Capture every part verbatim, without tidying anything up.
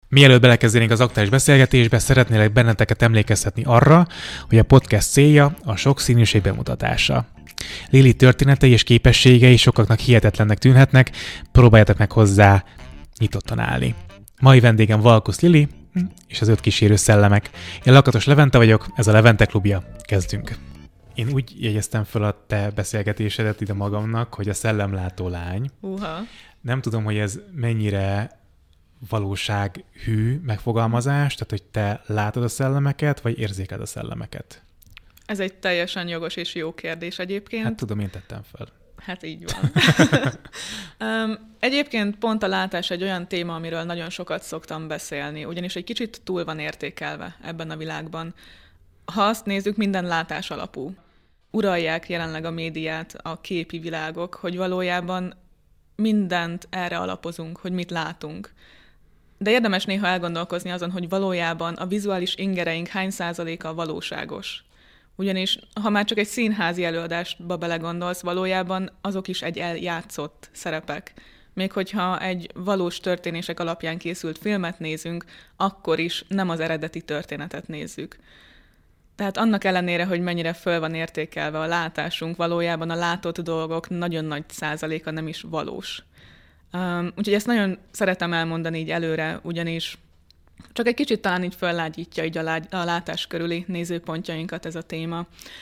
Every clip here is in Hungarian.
Mielőtt belekezdenénk az aktuális beszélgetésbe, szeretnélek benneteket emlékeztetni arra, hogy a podcast célja a sokszínűség bemutatása. Lili történetei és képességei sokaknak hihetetlennek tűnhetnek, próbáljátok meg hozzá nyitottan állni. Mai vendégem Valkusz Lili és az öt kísérő szellemek. Én Lakatos Levente vagyok, ez a Levente klubja. Kezdünk! Én úgy jegyeztem fel a te beszélgetésedet ide magamnak, hogy a szellemlátó lány. Uha. Nem tudom, hogy ez mennyire valósághű megfogalmazás, tehát hogy te látod a szellemeket, vagy érzékeled a szellemeket? Ez egy teljesen jogos és jó kérdés egyébként. Hát tudom, én tettem fel. Hát így van. um, egyébként pont a látás egy olyan téma, amiről nagyon sokat szoktam beszélni, ugyanis egy kicsit túl van értékelve ebben a világban. Ha azt nézzük, minden látás alapú. Uralják jelenleg a médiát a képi világok, hogy valójában mindent erre alapozunk, hogy mit látunk. De érdemes néha elgondolkozni azon, hogy valójában a vizuális ingereink hány százaléka valóságos. Ugyanis, ha már csak egy színházi előadásba belegondolsz, valójában azok is egy eljátszott szerepek. Még hogyha egy valós történések alapján készült filmet nézünk, akkor is nem az eredeti történetet nézzük. Tehát annak ellenére, hogy mennyire föl van értékelve a látásunk, valójában a látott dolgok nagyon nagy százaléka nem is valós. Um, úgyhogy ezt nagyon szeretem elmondani így előre, ugyanis csak egy kicsit talán így föllágyítja így a, lá- a látás körüli nézőpontjainkat ez a téma.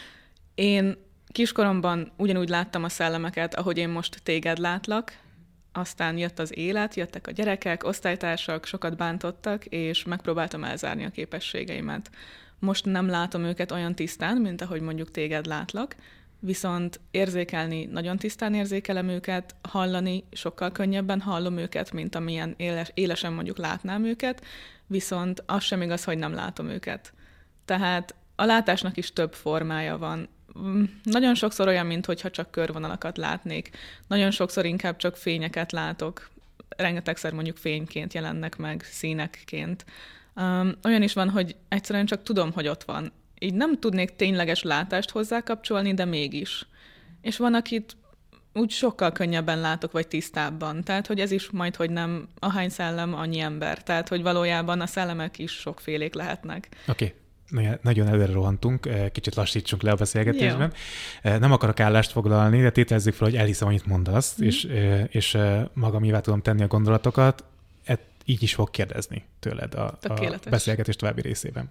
Én kiskoromban ugyanúgy láttam a szellemeket, ahogy én most téged látlak, aztán jött az élet, jöttek a gyerekek, osztálytársak, sokat bántottak, és megpróbáltam elzárni a képességeimet. Most nem látom őket olyan tisztán, mint ahogy mondjuk téged látlak, viszont érzékelni nagyon tisztán érzékelem őket, hallani sokkal könnyebben hallom őket, mint amilyen éles, élesen mondjuk látnám őket, viszont az sem igaz, hogy nem látom őket. Tehát a látásnak is több formája van. Nagyon sokszor olyan, mintha csak körvonalakat látnék. Nagyon sokszor inkább csak fényeket látok. Rengetegszer mondjuk fényként jelennek meg, színekként. Um, olyan is van, hogy egyszerűen csak tudom, hogy ott van. Így nem tudnék tényleges látást hozzá kapcsolni, de mégis. És van, akit úgy sokkal könnyebben látok, vagy tisztábban. Tehát, hogy ez is majd, hogy nem ahány szellem, annyi ember. Tehát, hogy valójában a szellemek is sokfélék lehetnek. Oké. Okay. Nagyon előre rohantunk, kicsit lassítsunk le a beszélgetésben. Jó. Nem akarok állást foglalni, de tételezzük fel, hogy elhiszem, amit mondasz, mm. és, és magamévá tudom tenni a gondolatokat. Így is fog kérdezni tőled a, a beszélgetés további részében.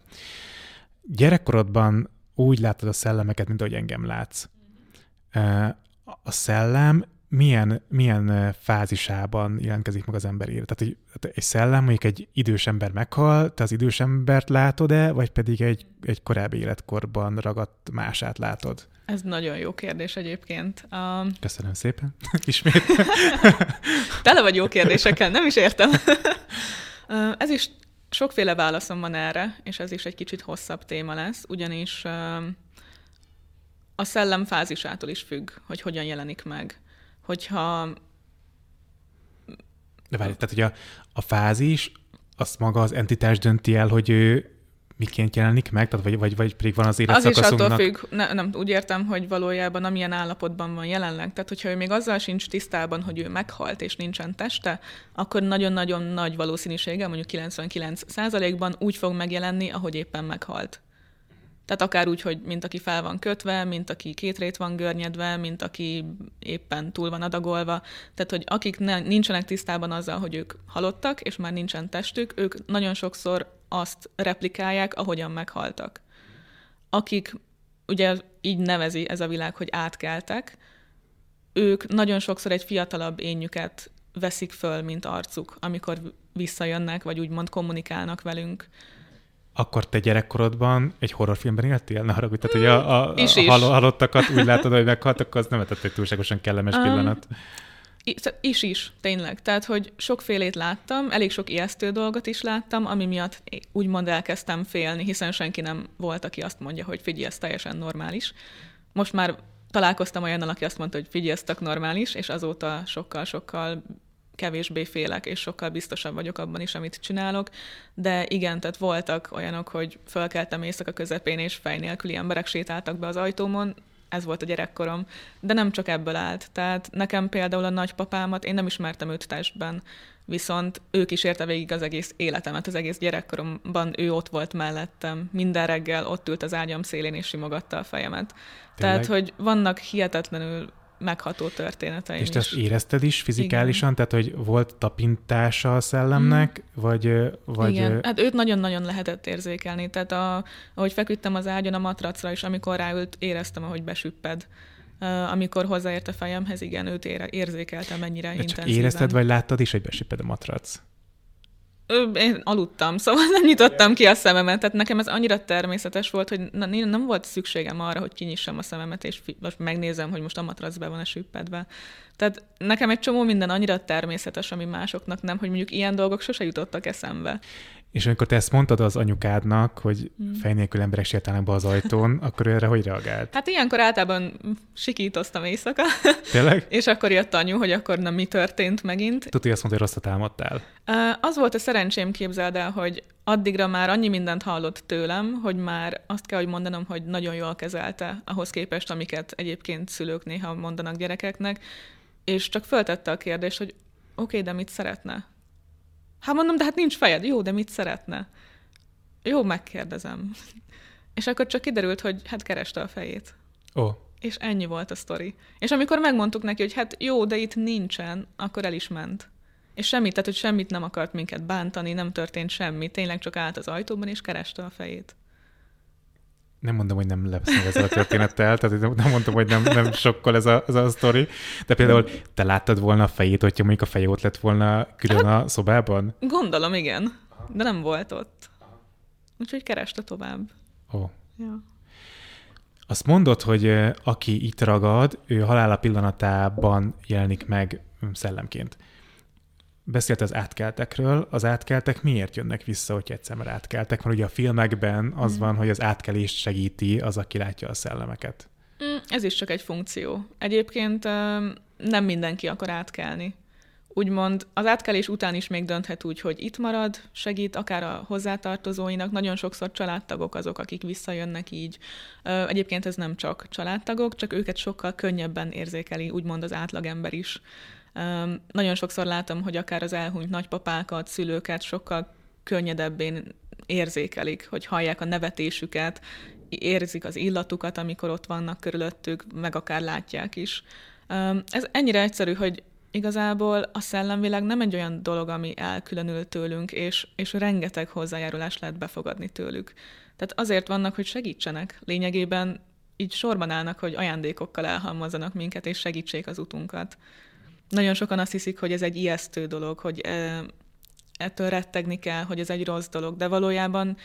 Gyerekkorodban úgy látod a szellemeket, mint ahogy engem látsz. A szellem milyen, milyen fázisában jelentkezik meg az ember életében? Tehát egy, egy szellem, mondjuk egy idős ember meghal, te az idős embert látod-e, vagy pedig egy, egy korábbi életkorban ragadt mását látod? Ez nagyon jó kérdés egyébként. Um... Köszönöm szépen. Ismét. Tele vagy jó kérdésekkel, nem is értem. Ez is sokféle válaszom van erre, és ez is egy kicsit hosszabb téma lesz, ugyanis a szellem fázisától is függ, hogy hogyan jelenik meg. Hogyha... De várj, tehát hogy a, a fázis, azt maga az entitás dönti el, hogy ő miként jelenik meg? Tehát vagy, vagy, vagy pedig van az életszakaszunknak? Az is attól függ, ne, nem, úgy értem, hogy valójában amilyen állapotban van jelenleg. Tehát, hogyha ő még azzal sincs tisztában, hogy ő meghalt és nincsen teste, akkor nagyon-nagyon nagy valószínűséggel, mondjuk kilencvenkilenc százalékban úgy fog megjelenni, ahogy éppen meghalt. Tehát akár úgy, hogy mint aki fel van kötve, mint aki kétrét van görnyedve, mint aki éppen túl van adagolva. Tehát, hogy akik ne, nincsenek tisztában azzal, hogy ők halottak, és már nincsen testük, ők nagyon sokszor azt replikálják, ahogyan meghaltak. Akik, ugye így nevezi ez a világ, hogy átkeltek, ők nagyon sokszor egy fiatalabb énjüket veszik föl, mint arcuk, amikor visszajönnek, vagy úgymond kommunikálnak velünk. Akkor te gyerekkorodban egy horrorfilmben éltél? Ne haragudj, tehát, hogy a, a, is, a hal- halottakat úgy látod, hogy meghaltak, az nem lehetett egy túlságosan kellemes um, pillanat. Is is, tényleg. Tehát, hogy sokfélét láttam, elég sok ijesztő dolgot is láttam, ami miatt úgymond elkezdtem félni, hiszen senki nem volt, aki azt mondja, hogy figyelj, ez teljesen normális. Most már találkoztam olyannal, aki azt mondta, hogy figyelj, ez tök normális, és azóta sokkal-sokkal kevésbé félek, és sokkal biztosabb vagyok abban is, amit csinálok. De igen, tehát voltak olyanok, hogy fölkeltem éjszaka közepén, és fej nélküli emberek sétáltak be az ajtómon. ez volt a gyerekkorom. De nem csak ebből állt. Tehát nekem például a nagypapámat, én nem ismertem őt testben, viszont ő kísérte végig az egész életemet, az egész gyerekkoromban ő ott volt mellettem. Minden reggel ott ült az ágyam szélén és simogatta a fejemet. Tényleg? Tehát, hogy vannak hihetetlenül megható történeteim és is. És te ezt érezted is fizikálisan? Igen. Tehát, hogy volt tapintása a szellemnek? Mm. Vagy, vagy... Igen, hát őt nagyon-nagyon lehetett érzékelni. Tehát a, ahogy feküdtem az ágyon a matracra, és amikor ráült, éreztem, ahogy besüpped. Uh, amikor hozzáért a fejemhez, igen, őt ére, érzékeltem mennyire de intenzíven. Csak érezted, vagy láttad is, hogy besüpped a matrac? Én aludtam, szóval nem nyitottam ki a szememet, tehát nekem ez annyira természetes volt, hogy na, nem volt szükségem arra, hogy kinyissam a szememet, és fi, most megnézem, hogy most a matrac be van-e süppedve. Tehát nekem egy csomó minden annyira természetes, ami másoknak nem, hogy mondjuk ilyen dolgok sose jutottak eszembe. És amikor te ezt mondtad az anyukádnak, hogy hmm. fej nélkül emberek sétálnak be az ajtón, akkor ő erre hogy reagált? Hát ilyenkor általában sikítoztam éjszaka. Tényleg? És akkor jött anyu, hogy akkor nem mi történt megint. Tudod, hogy azt mondta, hogy rosszat álmodtál? Az volt a szerencsém, képzeld el, hogy addigra már annyi mindent hallott tőlem, hogy már azt kell, hogy mondanom, hogy nagyon jól kezelte ahhoz képest, amiket egyébként szülők néha mondanak gyerekeknek, és csak föltette a kérdést, hogy oké, okay, de mit szeretne? Hát mondom, de hát nincs fejed. Jó, de mit szeretne? Jó, megkérdezem. És akkor csak kiderült, hogy hát kereste a fejét. Ó. Oh. És ennyi volt a sztori. És amikor megmondtuk neki, hogy hát jó, de itt nincsen, akkor el is ment. És semmit, tehát hogy semmit nem akart minket bántani, nem történt semmi. Tényleg csak állt az ajtóban, és kereste a fejét. Nem mondom, hogy nem lepsz meg ezzel a történettel, tehát nem mondom, hogy nem, nem sokkol ez a, ez a sztori, de például te láttad volna a fejét, hogyha mondjuk a feje ott lett volna külön hát, a szobában? Gondolom, igen, de nem volt ott. Úgyhogy kereste tovább. Ó. Oh. Ja. Azt mondod, hogy aki itt ragad, ő halála pillanatában jelenik meg szellemként. Beszélt az átkeltekről. Az átkeltek miért jönnek vissza, hogy egyszer már átkeltek? Mert ugye a filmekben az mm. van, hogy az átkelést segíti az, aki látja a szellemeket. Mm, ez is csak egy funkció. Egyébként nem mindenki akar átkelni. Úgymond az átkelés után is még dönthet úgy, hogy itt marad, segít akár a hozzátartozóinak. Nagyon sokszor családtagok azok, akik visszajönnek így. Egyébként ez nem csak családtagok, csak őket sokkal könnyebben érzékeli, úgymond az átlagember is. Um, nagyon sokszor látom, hogy akár az elhunyt nagypapákat, szülőket sokkal könnyedebbén érzékelik, hogy hallják a nevetésüket, érzik az illatukat, amikor ott vannak körülöttük, meg akár látják is. Um, ez ennyire egyszerű, hogy igazából a szellemvilág nem egy olyan dolog, ami elkülönül tőlünk, és, és rengeteg hozzájárulást lehet befogadni tőlük. Tehát azért vannak, hogy segítsenek. Lényegében így sorban állnak, hogy ajándékokkal elhalmozzanak minket, és segítsék az utunkat. Nagyon sokan azt hiszik, hogy ez egy ijesztő dolog, hogy ettől rettegni kell, hogy ez egy rossz dolog, de valójában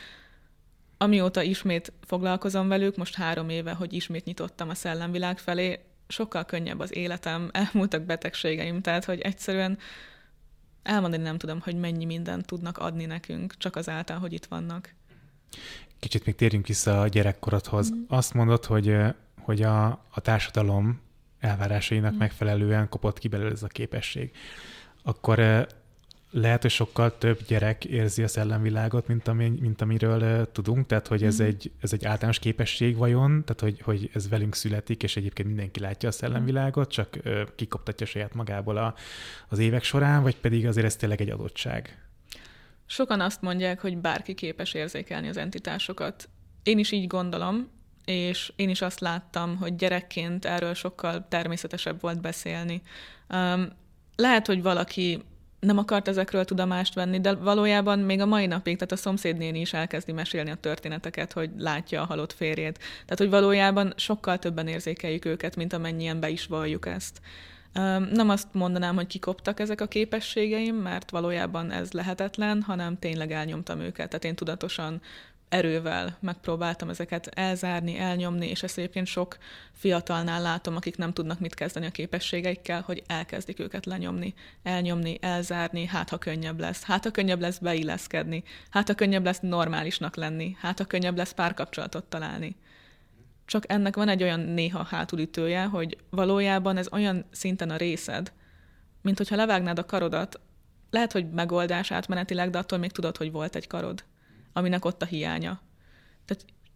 amióta ismét foglalkozom velük, most három éve, hogy ismét nyitottam a szellemvilág felé, sokkal könnyebb az életem, elmúltak betegségeim, tehát hogy egyszerűen elmondani nem tudom, hogy mennyi mindent tudnak adni nekünk, csak azáltal, hogy itt vannak. Kicsit még térjünk vissza a gyerekkorodhoz. Mm. Azt mondod, hogy, hogy a, a társadalom elvárásainak mm. megfelelően kopott ki belőle ez a képesség. Akkor lehet, hogy sokkal több gyerek érzi a szellemvilágot, mint, ami, mint amiről uh, tudunk, tehát hogy ez, mm. egy, ez egy általános képesség vajon, tehát hogy, hogy ez velünk születik, és egyébként mindenki látja a szellemvilágot, csak uh, kikoptatja saját magából a, az évek során, vagy pedig azért ez tényleg egy adottság? Sokan azt mondják, hogy bárki képes érzékelni az entitásokat. Én is így gondolom, és én is azt láttam, hogy gyerekként erről sokkal természetesebb volt beszélni. Um, lehet, hogy valaki nem akart ezekről tudomást venni, de valójában még a mai napig, tehát a szomszédnéni is elkezdi mesélni a történeteket, hogy látja a halott férjét. Tehát, hogy valójában sokkal többen érzékeljük őket, mint amennyien be is valljuk ezt. Nem azt mondanám, hogy kikoptak ezek a képességeim, mert valójában ez lehetetlen, hanem tényleg elnyomtam őket. Tehát én tudatosan erővel megpróbáltam ezeket elzárni, elnyomni, és ezt egyébként sok fiatalnál látom, akik nem tudnak mit kezdeni a képességeikkel, hogy elkezdik őket lenyomni, elnyomni, elzárni, hát ha könnyebb lesz, hát ha könnyebb lesz beilleszkedni, hát ha könnyebb lesz normálisnak lenni, hát ha könnyebb lesz párkapcsolatot találni. Csak ennek van egy olyan néha hátulütője, hogy valójában ez olyan szinten a részed, mint hogyha levágnád a karodat, lehet, hogy megoldás átmenetileg, de attól még tudod, hogy volt egy karod, aminek ott a hiánya. Tehát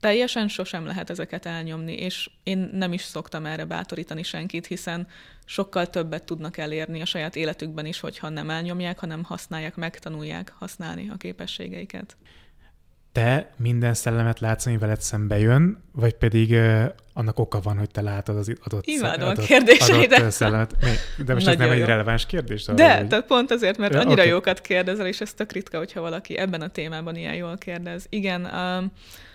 teljesen sosem lehet ezeket elnyomni, és én nem is szoktam erre bátorítani senkit, hiszen sokkal többet tudnak elérni a saját életükben is, hogyha nem elnyomják, hanem használják, megtanulják használni a képességeiket. Te minden szellemet látsz, ami veled szembe jön, vagy pedig uh, annak oka van, hogy te látod az adott, Imádom adott, a kérdéseidet. adott szellemet? De most ez nem jó. Egy releváns kérdés? De, hogy... de pont azért, mert ja, annyira okay. jókat kérdezel, és ez tök ritka, hogyha valaki ebben a témában ilyen jól kérdez. Igen, um,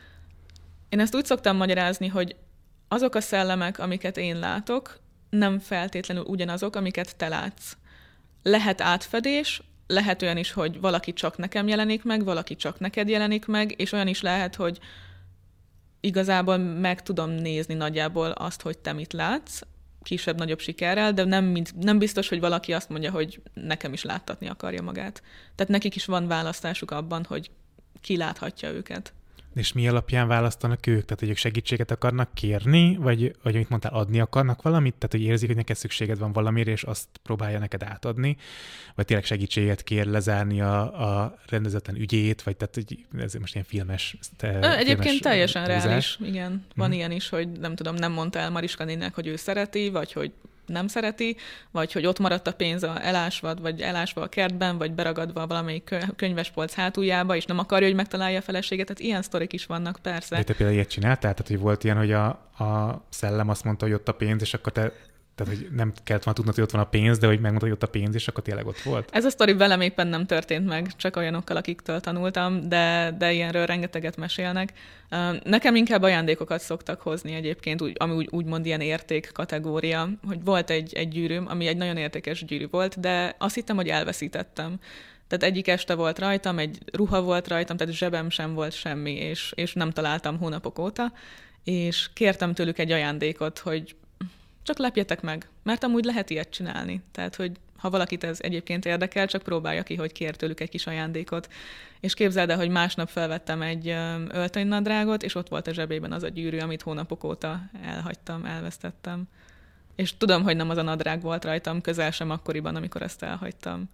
én ezt úgy szoktam magyarázni, hogy azok a szellemek, amiket én látok, nem feltétlenül ugyanazok, amiket te látsz. Lehet átfedés, lehet olyan is, hogy valaki csak nekem jelenik meg, valaki csak neked jelenik meg, és olyan is lehet, hogy igazából meg tudom nézni nagyjából azt, hogy te mit látsz, kisebb-nagyobb sikerrel, de nem, mind, nem biztos, hogy valaki azt mondja, hogy nekem is láttatni akarja magát. Tehát nekik is van választásuk abban, hogy ki láthatja őket. És mi alapján választanak ők? Tehát, hogy ők segítséget akarnak kérni, vagy, vagy amit mondtál, adni akarnak valamit? Tehát, hogy érzik, hogy neked szükséged van valamire, és azt próbálja neked átadni? Vagy tényleg segítséget kér lezárni a, a rendezetlen ügyét? Vagy tehát, hogy ez most ilyen filmes te, Egyébként filmes teljesen húzás. reális, igen. Van hmm. ilyen is, hogy nem tudom, nem mondta el Mariska néninek, hogy ő szereti, vagy hogy nem szereti, vagy hogy ott maradt a pénz a elásva, vagy elásva a kertben, vagy beragadva valamelyik könyvespolc hátuljába, és nem akarja, hogy megtalálja a feleséget. Tehát ilyen sztorik is vannak, persze. De te például ilyet csináltál? Tehát, hogy volt ilyen, hogy a, a szellem azt mondta, hogy ott a pénz, és akkor te tehát, hogy nem kellett volna tudnod, hogy ott van a pénz, de hogy megmondta, hogy ott a pénz, és akkor tényleg ott volt? Ez a sztori velem éppen nem történt meg, csak olyanokkal, akiktől tanultam, de, de ilyenről rengeteget mesélnek. Nekem inkább ajándékokat szoktak hozni egyébként, úgy, ami úgy, úgymond ilyen érték kategória, hogy volt egy, egy gyűrűm, ami egy nagyon értékes gyűrű volt, de azt hittem, hogy elveszítettem. Tehát egyik este volt rajtam, egy ruha volt rajtam, tehát zsebem sem volt semmi, és, és nem találtam hónapok óta, és kértem tőlük egy ajándékot, hogy csak lepjetek meg, mert amúgy lehet ilyet csinálni. Tehát, hogy ha valakit ez egyébként érdekel, csak próbálja ki, hogy kér tőlük egy kis ajándékot. És képzeld el, hogy másnap felvettem egy öltönynadrágot, és ott volt a zsebében az a gyűrű, amit hónapok óta elhagytam, elvesztettem. És tudom, hogy nem az a nadrág volt rajtam, közel sem akkoriban, amikor ezt elhagytam.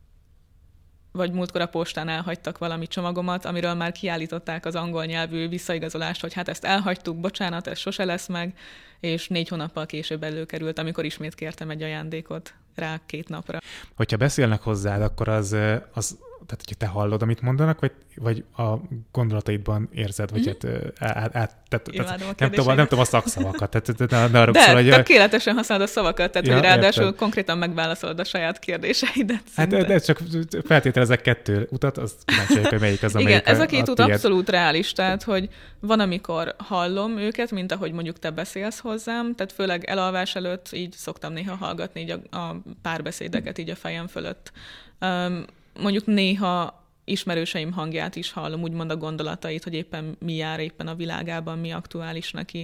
Vagy múltkor a postán elhagytak valami csomagomat, amiről már kiállították az angol nyelvű visszaigazolást, hogy hát ezt elhagytuk, bocsánat, ez sose lesz meg, és négy hónappal később előkerült, amikor ismét kértem egy ajándékot rá két napra. Hogyha beszélnek hozzád, akkor az, az tehát, hogyha te hallod, amit mondanak, vagy, vagy a gondolataidban érzed, vagy mm-hmm. hát át, át, tehát, tehát nem, tudom, nem tudom a szakszavakat. Tehát, tehát, de de szól, tökéletesen használod a szavakat, tehát ja, hogy ráadásul értem. Konkrétan megválaszolod a saját kérdéseidet. Hát de, de csak feltételezek kettő utat, az kíváncsi vagyok, hogy melyik az, amelyik igen, ez a két a út tiéd. Abszolút reális, tehát hogy van, amikor hallom őket, mint ahogy mondjuk te beszélsz hozzám, tehát főleg elalvás előtt így szoktam néha hallgatni így a, a párbeszédeket így a fejem fölött. Um, mondjuk néha ismerőseim hangját is hallom, úgymond a gondolatait, hogy éppen mi jár éppen a világában, mi aktuális neki.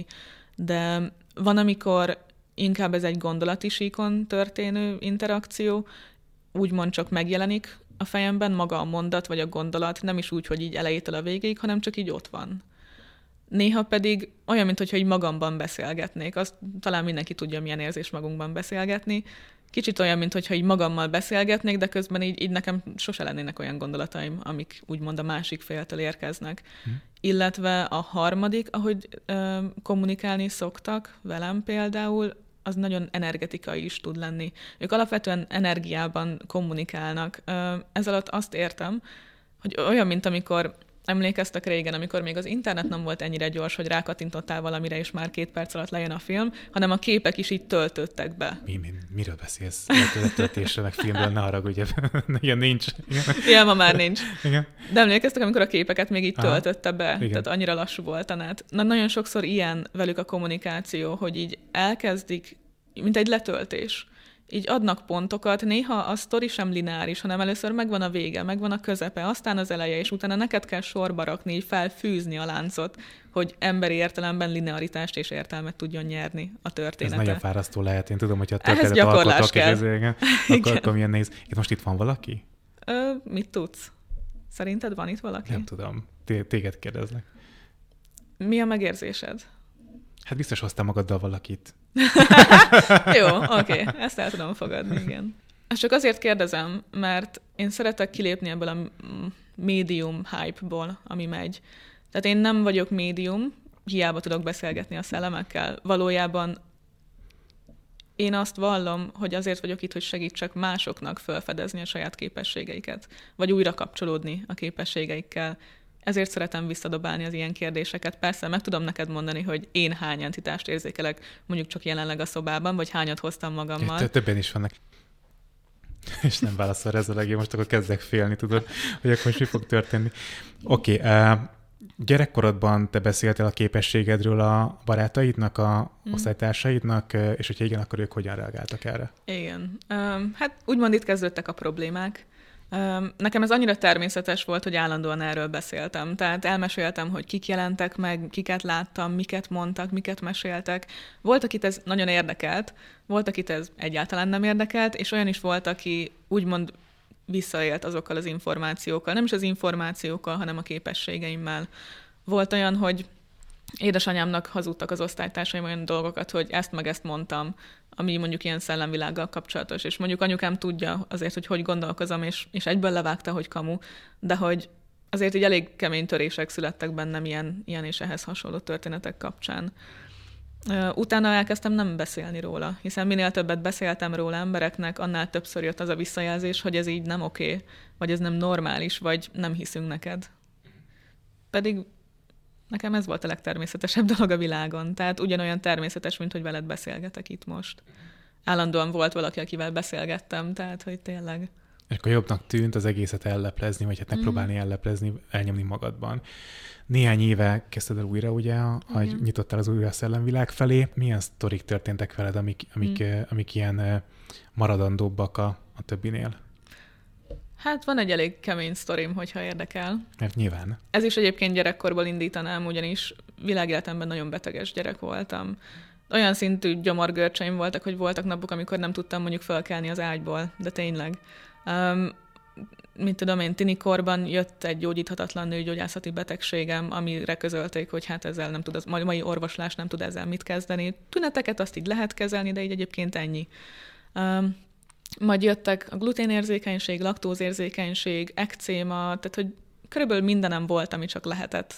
De van, amikor inkább ez egy gondolati síkon történő interakció, úgymond csak megjelenik a fejemben maga a mondat vagy a gondolat, nem is úgy, hogy így elejétől a végéig, hanem csak így ott van. Néha pedig olyan, mintha így magamban beszélgetnék. Azt talán mindenki tudja, milyen érzés magunkban beszélgetni. Kicsit olyan, mintha így magammal beszélgetnék, de közben így, így nekem sose lennének olyan gondolataim, amik úgymond a másik féltől érkeznek. Hm. Illetve a harmadik, ahogy ö, kommunikálni szoktak velem például, az nagyon energetikai is tud lenni. Ők alapvetően energiában kommunikálnak. Ö, ez alatt azt értem, hogy olyan, mint amikor emlékeztek régen, amikor még az internet nem volt ennyire gyors, hogy rákattintottál valamire, és már két perc alatt lejön a film, hanem a képek is így töltöttek be. Mi, mi, miről beszélsz? Töltésre, meg filmről, ne haragudj, ilyen nincs. Igen. Ilyen ma már nincs. Igen. De emlékeztek, amikor a képeket még így Aha. töltötte be, Igen. tehát annyira lassú volt a net. Na, nagyon sokszor ilyen velük a kommunikáció, hogy így elkezdik, mint egy letöltés. Így adnak pontokat, néha a sztori sem lineáris, hanem először megvan a vége, megvan a közepe, aztán az eleje, és utána neked kell sorba rakni, így felfűzni a láncot, hogy emberi értelemben linearitást és értelmet tudjon nyerni a története. Ez nagyon fárasztó lehet. Én tudom, hogyha a Ehhez történetet gyakorlás alkotok, kell. és ez, igen, akkor, akkor milyen néz. Itt most itt van valaki? Ö, mit tudsz? Szerinted van itt valaki? Nem tudom. T- téged kérdezlek. Mi a megérzésed? Hát biztos hoztál magaddal valakit. Jó, oké, okay. Ezt el tudom fogadni, igen. Ezt csak azért kérdezem, mert én szeretek kilépni ebből a médium hype-ból, ami megy. Tehát én nem vagyok médium, hiába tudok beszélgetni a szellemekkel. Valójában én azt vallom, hogy azért vagyok itt, hogy segítsek másoknak felfedezni a saját képességeiket, vagy újra kapcsolódni a képességeikkel. Ezért szeretem visszadobálni az ilyen kérdéseket. Persze meg tudom neked mondani, hogy én hány entitást érzékelek, mondjuk csak jelenleg a szobában, vagy hányat hoztam magammal. Többen is vannak. És nem válaszol ez a legjobb, most akkor kezdek félni, tudod, hogy akkor most mi fog történni. Oké, okay, uh, gyerekkorodban te beszéltél a képességedről a barátaidnak, a mm. osztálytársaidnak, és hogyha igen, akkor ők hogyan reagáltak erre? Igen. Um, hát úgymond itt kezdődtek a problémák. Um, nekem ez annyira természetes volt, hogy állandóan erről beszéltem. Tehát elmeséltem, hogy kik jelentek meg, kiket láttam, miket mondtak, miket meséltek. Volt, akit ez nagyon érdekelt, volt, akit ez egyáltalán nem érdekelt, és olyan is volt, aki úgymond visszaélt azokkal az információkkal. Nem is az információkkal, hanem a képességeimmel. Volt olyan, hogy édesanyámnak hazudtak az osztálytársaim olyan dolgokat, hogy ezt meg ezt mondtam, ami mondjuk ilyen szellemvilággal kapcsolatos, és mondjuk anyukám tudja azért, hogy hogy gondolkozom, és, és egyből levágta, hogy kamu, de hogy azért így elég kemény törések születtek bennem ilyen, ilyen és ehhez hasonló történetek kapcsán. Utána elkezdtem nem beszélni róla, hiszen minél többet beszéltem róla embereknek, annál többször jött az a visszajelzés, hogy ez így nem oké, vagy ez nem normális, vagy nem hiszünk neked. Pedig nekem ez volt a legtermészetesebb dolog a világon. Tehát ugyanolyan természetes, mint hogy veled beszélgetek itt most. Állandóan volt valaki, akivel beszélgettem, tehát hogy tényleg. És akkor jobbnak tűnt az egészet elleplezni, vagy hát megpróbálni mm. elleplezni, elnyomni magadban. Néhány éve kezdted el újra, ugye, hogy nyitottál az újra szellemvilág felé. Milyen sztorik történtek veled, amik, amik, mm. amik ilyen maradandóbbak a, a többinél? Hát van egy elég kemény sztorim, hogyha érdekel. Mert nyilván. Ez is egyébként gyerekkorból indítanám, ugyanis világéletemben nagyon beteges gyerek voltam. Olyan szintű gyomorgörcseim voltak, hogy voltak napok, amikor nem tudtam mondjuk fölkelni az ágyból, de tényleg. Um, mint tudom én, tinikorban jött egy gyógyíthatatlan nőgyógyászati betegségem, amire közölték, hogy hát ezzel nem tud, az mai orvoslás nem tud ezzel mit kezdeni. Tüneteket azt így lehet kezelni, de így egyébként ennyi. Um, Majd jöttek a gluténérzékenység, laktózérzékenység, ekcéma, tehát hogy körülbelül mindenem volt, ami csak lehetett.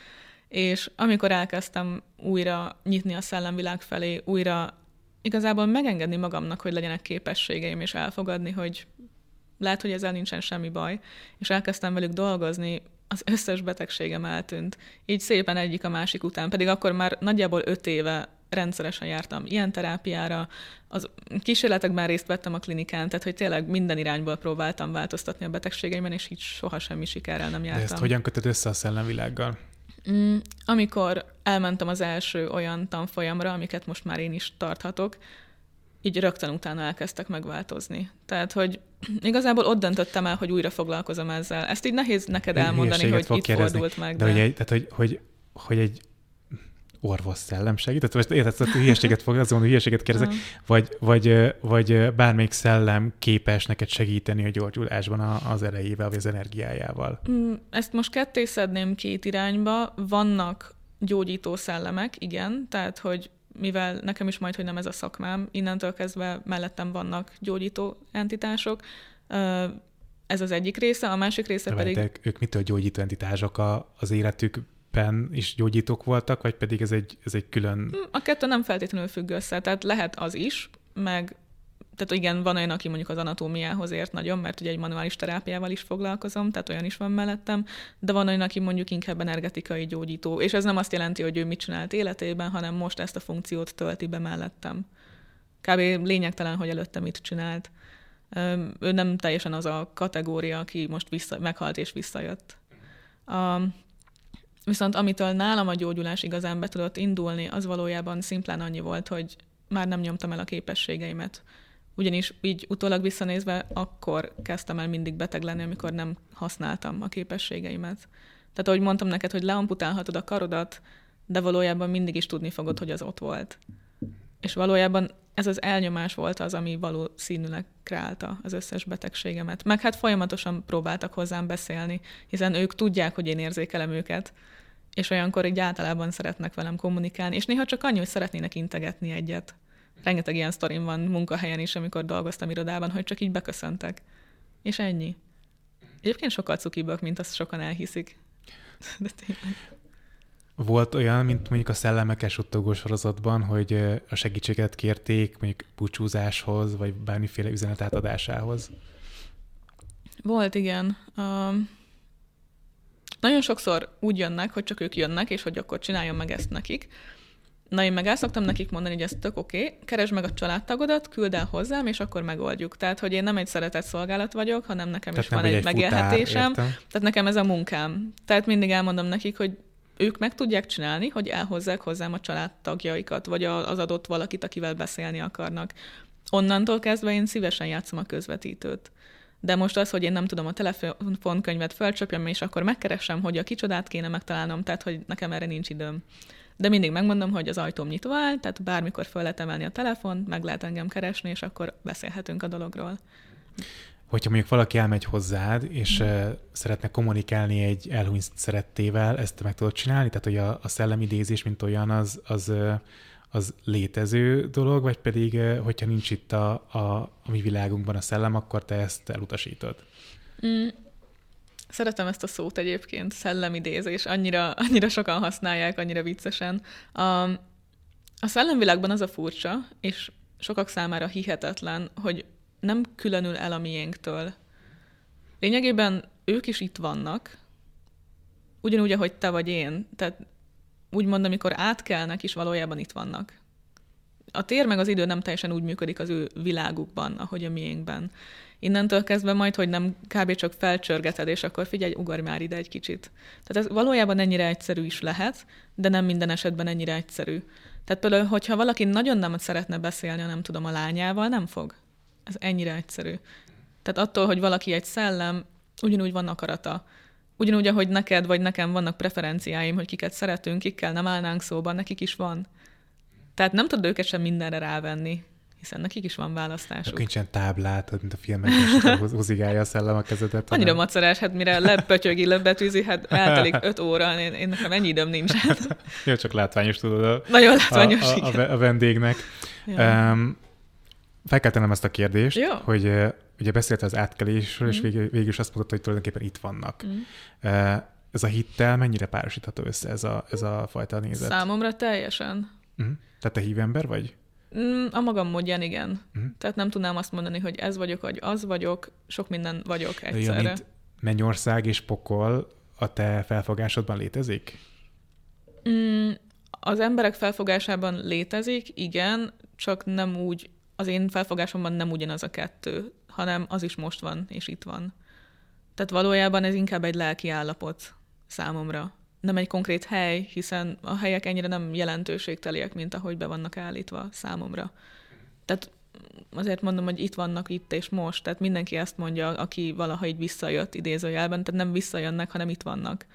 És amikor elkezdtem újra nyitni a szellemvilág felé, újra igazából megengedni magamnak, hogy legyenek képességeim, és elfogadni, hogy lehet, hogy ezzel nincsen semmi baj, és elkezdtem velük dolgozni, az összes betegségem eltűnt. Így szépen egyik a másik után, pedig akkor már nagyjából öt éve rendszeresen jártam ilyen terápiára, az kísérletekben részt vettem a klinikán, tehát hogy tényleg minden irányból próbáltam változtatni a betegségeimben, és így soha semmi sikerrel nem jártam. De ezt hogyan kötöd össze a szellemvilággal? Mm, amikor elmentem az első olyan tanfolyamra, amiket most már én is tarthatok, így rögtön utána elkezdtek megváltozni. Tehát, hogy igazából ott döntöttem el, hogy újra foglalkozom ezzel. Ezt így nehéz neked elmondani, hogy itt kérdezni, fordult meg. De, de... Hogy, egy, tehát, hogy, hogy, hogy egy orvos szellem segített? Most érted, hogy hülyeséget fog, azon, hogy hülyeséget kérdezek, uh. vagy, vagy, vagy bármelyik szellem képes neked segíteni a gyógyulásban az erejével, vagy az energiájával? Ezt most ketté szedném két irányba. Vannak gyógyító szellemek, igen, tehát, hogy mivel nekem is majd, hogy nem ez a szakmám, innentől kezdve mellettem vannak gyógyító entitások. Ez az egyik része, a másik része de pedig... De ők mitől gyógyító entitások? A, az életükben is gyógyítók voltak, vagy pedig ez egy, ez egy külön... A kettő nem feltétlenül függ össze, tehát lehet az is, meg tehát igen, van olyan, aki mondjuk az anatómiához ért nagyon, mert ugye egy manuális terápiával is foglalkozom, tehát olyan is van mellettem, de van olyan, aki mondjuk inkább energetikai gyógyító, és ez nem azt jelenti, hogy ő mit csinált életében, hanem most ezt a funkciót tölti be mellettem. Kb. Lényegtelen, hogy előtte mit csinált. Ő nem teljesen az a kategória, aki most vissza, meghalt és visszajött. A, viszont amitől nálam a gyógyulás igazán be tudott indulni, az valójában szimplán annyi volt, hogy már nem nyomtam el a képességeimet. Ugyanis így utólag visszanézve akkor kezdtem el mindig beteg lenni, amikor nem használtam a képességeimet. Tehát ahogy mondtam neked, hogy leamputálhatod a karodat, de valójában mindig is tudni fogod, hogy az ott volt. És valójában ez az elnyomás volt az, ami valószínűleg kreálta az összes betegségemet. Meg hát folyamatosan próbáltak hozzám beszélni, hiszen ők tudják, hogy én érzékelem őket, és olyankor így általában szeretnek velem kommunikálni, és néha csak annyi, hogy szeretnének integetni egyet. Rengeteg ilyen sztorim van munkahelyen is, amikor dolgoztam irodában, hogy csak így beköszöntek. És ennyi. Egyébként sokkal cukibök, mint azt sokan elhiszik. De tényleg. Volt olyan, mint mondjuk a Szellemekkel suttogó sorozatban, hogy a segítséget kérték mondjuk búcsúzáshoz, vagy bármiféle üzenet átadásához? Volt, igen. Um, nagyon sokszor úgy jönnek, hogy csak ők jönnek, és hogy akkor csináljam meg ezt nekik. Na, én meg el szoktam nekik mondani, hogy ez tök oké, okay. Keresd meg a családtagodat, küld el hozzám, és akkor megoldjuk. Tehát, hogy én nem egy szeretett szolgálat vagyok, hanem nekem Tehát is van egy, egy megélhetésem. Futár, tehát nekem ez a munkám. Tehát mindig elmondom nekik, hogy ők meg tudják csinálni, hogy elhozzák hozzám a családtagjaikat, vagy az adott valakit, akivel beszélni akarnak. Onnantól kezdve én szívesen játszom a közvetítőt. De most az, hogy én nem tudom a telefonkönyvet felcsapjam, és akkor megkeresem, hogy a kicsodát kéne megtalálnom, tehát hogy nekem erre nincs időm. De mindig megmondom, hogy az ajtóm nyitva áll, tehát bármikor fel lehet emelni a telefont, meg lehet engem keresni, és akkor beszélhetünk a dologról. Hogyha mondjuk valaki elmegy hozzád, és mm. szeretne kommunikálni egy elhunyt szerettével, ezt meg tudod csinálni? Tehát, hogy a, a szellemidézés, mint olyan, az, az, az létező dolog, vagy pedig, hogyha nincs itt a, a, a mi világunkban a szellem, akkor te ezt elutasítod? Mm. Szeretem ezt a szót egyébként, szellemidézés. Annyira, annyira sokan használják, annyira viccesen. A, a szellemvilágban az a furcsa, és sokak számára hihetetlen, hogy nem különül el a miénktől. Lényegében ők is itt vannak, ugyanúgy, ahogy te vagy én. Tehát úgymond, amikor átkelnek is, valójában itt vannak. A tér meg az idő nem teljesen úgy működik az ő világukban, ahogy a miénkben. Innentől kezdve majd, hogy nem kb. Csak felcsörgeted, és akkor figyelj, ugorj már ide egy kicsit. Tehát ez valójában ennyire egyszerű is lehet, de nem minden esetben ennyire egyszerű. Tehát például, hogyha valaki nagyon nem szeretne beszélni, nem tudom, a lányával, nem fog. Ez ennyire egyszerű. Tehát attól, hogy valaki egy szellem, ugyanúgy van akarata. Ugyanúgy, ahogy neked vagy nekem vannak preferenciáim, hogy kiket szeretünk, kikkel nem állnánk szóban, nekik is van. Tehát nem tudod őket sem mindenre rávenni, hiszen nekik is van választásuk. Akkor nincsen táblát, mint a filmekben, és húzigálja a szellem a kezedet. Annyira hanem... macerás, hát mire lepötyögi, lebetűzi, hát eltelik öt óra, én, én nekem ennyi időm nincs. Jó, csak látványos tudod a, Nagyon látványos, a, a, a vendégnek. Ja. Um, fel kell tennem ezt a kérdést, Jó. hogy uh, ugye beszéltél az átkelésről, mm. és végül, végül is azt mondtad, hogy tulajdonképpen itt vannak. Mm. Uh, ez a hittel mennyire párosítható össze ez a, ez a fajta nézet? Számomra teljesen. Mm. Tehát te hívember vagy? A magam módján igen. Mm. Tehát nem tudnám azt mondani, hogy ez vagyok, vagy az vagyok, sok minden vagyok egyszerre. Olyan, mint mennyország és pokol a te felfogásodban létezik? Mm, az emberek felfogásában létezik, igen, csak nem úgy, az én felfogásomban nem ugyanaz a kettő, hanem az is most van, és itt van. Tehát valójában ez inkább egy lelki állapot számomra. Nem egy konkrét hely, hiszen a helyek ennyire nem jelentőségteliek, mint ahogy be vannak állítva számomra. Tehát azért mondom, hogy itt vannak itt és most, tehát mindenki ezt mondja, aki valaha így visszajött idézőjelben, tehát nem visszajönnek, hanem itt vannak.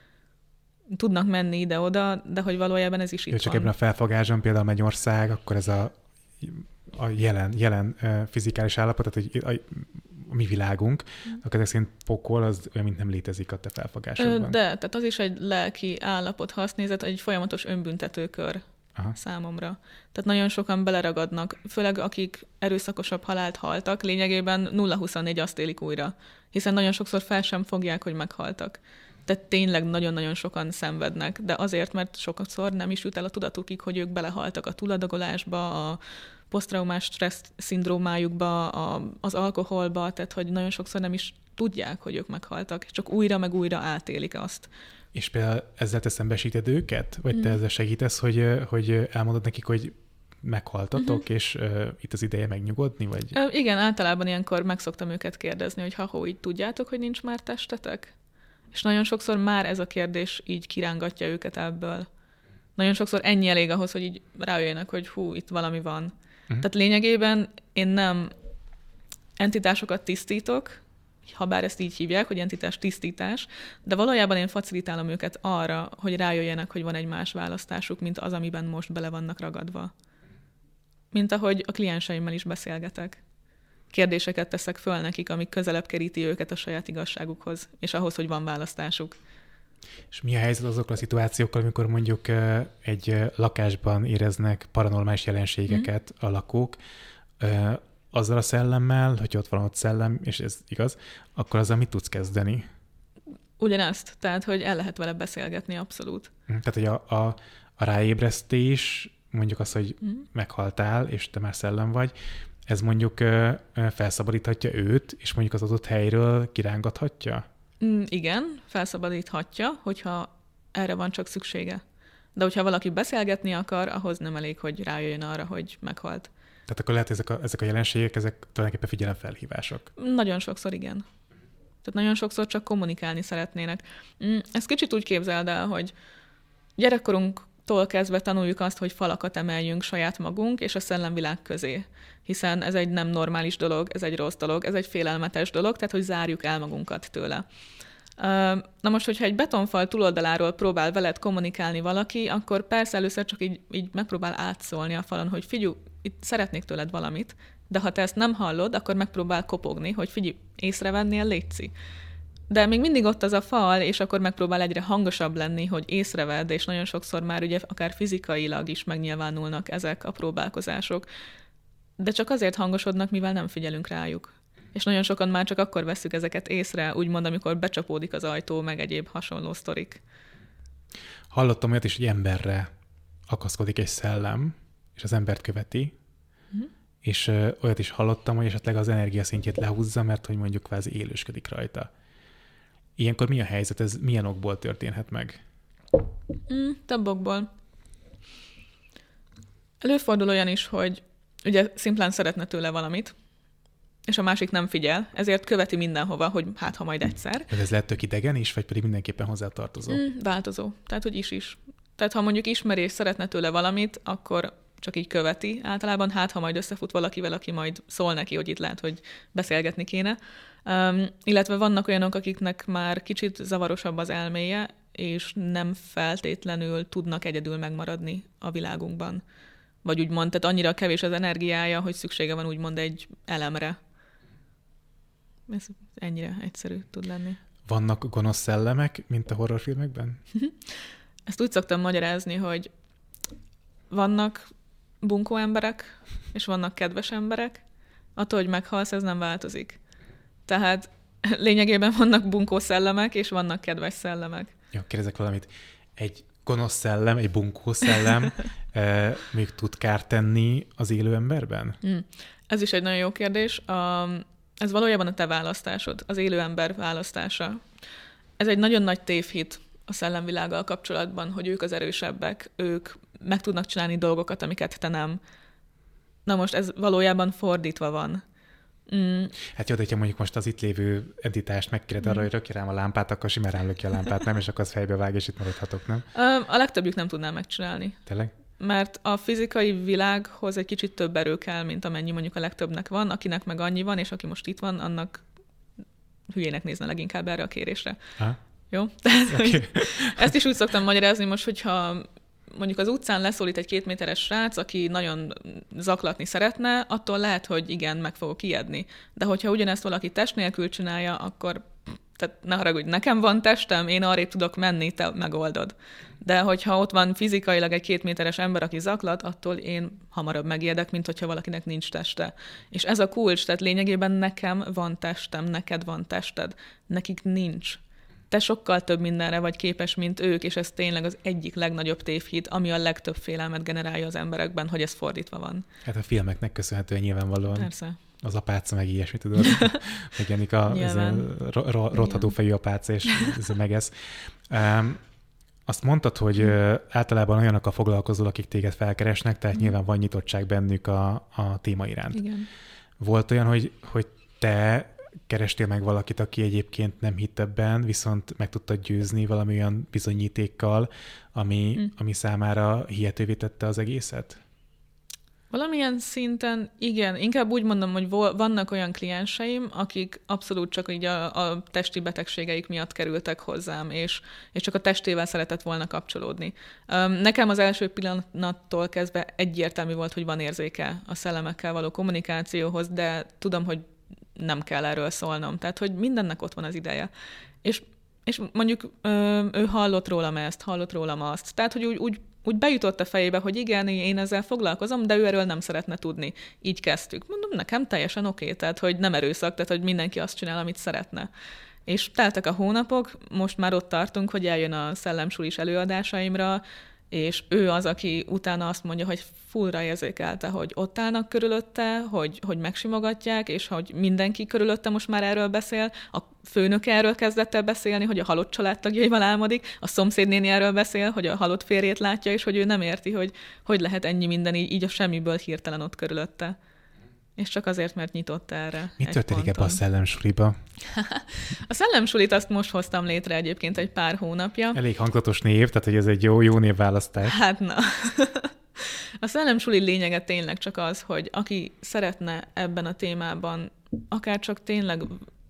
Tudnak menni ide-oda, de hogy valójában ez is itt Jó, csak van. ebben a felfogáson például Mennyország, akkor ez a, a jelen, jelen uh, fizikális állapot, tehát hogy a, a mi világunk, mm. akkor ezek szerint pokol az olyan, mint nem létezik a te felfogásodban. De, tehát az is egy lelki állapot, ha azt nézed, egy folyamatos önbüntetőkör Aha. számomra. Tehát nagyon sokan beleragadnak, főleg akik erőszakosabb halált haltak, lényegében nulla huszonnégy azt élik újra, hiszen nagyon sokszor fel sem fogják, hogy meghaltak. Tehát tényleg nagyon-nagyon sokan szenvednek, de azért, mert sokszor nem is jut el a tudatukig, hogy ők belehaltak a túladagolásba, a posztraumás stressz szindrómájukba, a, az alkoholba, tehát hogy nagyon sokszor nem is tudják, hogy ők meghaltak, csak újra meg újra átélik azt. És például ezzel te szembesíted őket? Vagy te mm. ezzel segítesz, hogy, hogy elmondod nekik, hogy meghaltatok, uh-huh. és uh, itt az ideje megnyugodni? Vagy? Uh, igen, általában ilyenkor meg szoktam őket kérdezni, hogy ha-hó, így tudjátok, hogy nincs már testetek? És nagyon sokszor már ez a kérdés így kirángatja őket ebből. Nagyon sokszor ennyi elég ahhoz, hogy így rájöjjenek, hogy hú, itt valami van. Uh-huh. Tehát lényegében én nem entitásokat tisztítok, ha bár ezt így hívják, hogy entitás tisztítás, de valójában én facilitálom őket arra, hogy rájöjjenek, hogy van egy más választásuk, mint az, amiben most bele vannak ragadva. Mint ahogy a klienseimmel is beszélgetek. Kérdéseket teszek föl nekik, amik közelebb keríti őket a saját igazságukhoz, és ahhoz, hogy van választásuk. És mi a helyzet azokkal a szituációkkal, amikor mondjuk egy lakásban éreznek paranormális jelenségeket mm. a lakók, azzal a szellemmel, hogy ott van ott szellem, és ez igaz, akkor azzal mit tudsz kezdeni? Ugyanezt, tehát, hogy el lehet vele beszélgetni abszolút. Tehát, hogy a, a, a ráébresztés, mondjuk az, hogy mm. meghaltál, és te már szellem vagy, ez mondjuk ö, ö, felszabadíthatja őt, és mondjuk az adott helyről kirángathatja? Mm, igen, felszabadíthatja, hogyha erre van csak szüksége. De hogyha valaki beszélgetni akar, ahhoz nem elég, hogy rájöjjön arra, hogy meghalt. Tehát akkor lehet, ezek a, ezek a jelenségek, ezek tulajdonképpen figyelemfelhívások. Nagyon sokszor igen. Tehát nagyon sokszor csak kommunikálni szeretnének. Ezt kicsit úgy képzeld el, hogy gyerekkorunktól kezdve tanuljuk azt, hogy falakat emeljünk saját magunk és a szellemvilág közé. Hiszen ez egy nem normális dolog, ez egy rossz dolog, ez egy félelmetes dolog, tehát hogy zárjuk el magunkat tőle. Na most, hogyha egy betonfal túloldaláról próbál veled kommunikálni valaki, akkor persze először csak így, így megpróbál átszólni a falon, hogy figyelj, itt szeretnék tőled valamit, de ha te ezt nem hallod, akkor megpróbál kopogni, hogy figyelj, észrevennél, létszi. De még mindig ott az a fal, és akkor megpróbál egyre hangosabb lenni, hogy észrevedd, és nagyon sokszor már ugye akár fizikailag is megnyilvánulnak ezek a próbálkozások. De csak azért hangosodnak, mivel nem figyelünk rájuk. És nagyon sokan már csak akkor vesszük ezeket észre, úgymond, amikor becsapódik az ajtó, meg egyéb hasonló sztorik. Hallottam olyat is, hogy emberre akaszkodik egy szellem, és az embert követi, uh-huh. és ö, olyat is hallottam, hogy esetleg az energiaszintjét lehúzza, mert hogy mondjuk kvázi élősködik rajta. Ilyenkor mi a helyzet? Ez milyen okból történhet meg? Mm, több okból. Előfordul olyan is, hogy ugye szimplán szeretne tőle valamit, és a másik nem figyel, ezért követi mindenhova, hogy hát, ha majd egyszer. Ez lehet tök idegen is, vagy pedig mindenképpen hozzátartozó? Mm, változó. Tehát, hogy is-is. Tehát, ha mondjuk ismeri és szeretne tőle valamit, akkor csak így követi általában, hát, ha majd összefut valakivel, aki majd szól neki, hogy itt lehet, hogy beszélgetni kéne. Um, illetve vannak olyanok, akiknek már kicsit zavarosabb az elméje, és nem feltétlenül tudnak egyedül megmaradni a világunkban. Vagy úgymond, tehát annyira kevés az energiája, hogy szüksége van úgymond egy elemre. Ez ennyire egyszerű tud lenni. Vannak gonosz szellemek, mint a horrorfilmekben? Ezt úgy szoktam magyarázni, hogy vannak bunkó emberek, és vannak kedves emberek. Attól, hogy meghalsz, ez nem változik. Tehát lényegében vannak bunkó szellemek, és vannak kedves szellemek. Jó, kérdezek valamit. Egy gonosz szellem, egy bunkó szellem eh, még tud kárt tenni az élő emberben? Mm. Ez is egy nagyon jó kérdés. A, ez valójában a te választásod, az élő ember választása. Ez egy nagyon nagy tévhit a szellemvilággal kapcsolatban, hogy ők az erősebbek, ők meg tudnak csinálni dolgokat, amiket te nem. Na most ez valójában fordítva van. Mm. Hát jó, de hogyha mondjuk most az itt lévő entitást megkéred arra, mm. hogy rökje rám a lámpát, akkor simán rám lökje a lámpát, nem? És akkor az fejbe vág, és itt maradhatok, nem? A legtöbbjük nem tudná megcsinálni. Tényleg? Mert a fizikai világhoz egy kicsit több erő kell, mint amennyi mondjuk a legtöbbnek van, akinek meg annyi van, és aki most itt van, annak hülyének nézne leginkább erre a kérésre. Ha? Jó? Tehát, okay. Ezt is úgy szoktam magyarázni most, hogyha mondjuk az utcán leszólít egy két méteres srác, aki nagyon zaklatni szeretne, attól lehet, hogy igen, meg fogok ijedni. De hogyha ugyanezt valaki test nélkül csinálja, akkor tehát ne haragudj, nekem van testem, én arrébb tudok menni, te megoldod. De hogyha ott van fizikailag egy két méteres ember, aki zaklat, attól én hamarabb megijedek, mint hogyha valakinek nincs teste. És ez a kulcs, tehát lényegében nekem van testem, neked van tested, nekik nincs. Te sokkal több mindenre vagy képes, mint ők, és ez tényleg az egyik legnagyobb tévhit, ami a legtöbb félelmet generálja az emberekben, hogy ez fordítva van. Hát a filmeknek köszönhetően nyilvánvalóan. Persze. Az apáca, meg ilyesmi, tudod. Megjelenik a rothadó fejű apáca, és ez megesz. Um, azt mondtad, hogy uh, általában olyanokkal foglalkozol, akik téged felkeresnek, tehát mm. nyilván van nyitottság bennük a, a téma iránt. Igen. Volt olyan, hogy, hogy te kerestél meg valakit, aki egyébként nem hitt ebben, viszont meg tudtad győzni valami olyan bizonyítékkal, ami, mm. ami számára hihetővé tette az egészet? Valamilyen szinten igen. Inkább úgy mondom, hogy vannak olyan klienseim, akik abszolút csak így a, a testi betegségeik miatt kerültek hozzám, és, és csak a testével szeretett volna kapcsolódni. Nekem az első pillanattól kezdve egyértelmű volt, hogy van érzéke a szellemekkel való kommunikációhoz, de tudom, hogy nem kell erről szólnom. Tehát, hogy mindennek ott van az ideje. És, és mondjuk ő hallott rólam ezt, hallott rólam azt. Tehát, hogy úgy, úgy úgy bejutott a fejébe, hogy igen, én ezzel foglalkozom, de ő erről nem szeretne tudni. Így kezdtük. Mondom, nekem teljesen oké, tehát hogy nem erőszak, tehát hogy mindenki azt csinál, amit szeretne. És teltek a hónapok, most már ott tartunk, hogy eljön a szellemsulis előadásaimra, és ő az, aki utána azt mondja, hogy fullra érzékelte, hogy ott állnak körülötte, hogy, hogy megsimogatják, és hogy mindenki körülötte most már erről beszél. A főnök erről kezdett el beszélni, hogy a halott családtagjaival álmodik, a szomszédnéni erről beszél, hogy a halott férjét látja, és hogy ő nem érti, hogy hogy lehet ennyi minden így, így a semmiből hirtelen ott körülötte. És csak azért, mert nyitott erre. Mi történik ebbe a szellemsuliba? A szellemsulit azt most hoztam létre egyébként egy pár hónapja. Elég hangzatos név, tehát hogy ez egy jó, jó névválasztás. Hát na. A szellemsuli lényege tényleg csak az, hogy aki szeretne ebben a témában akár csak tényleg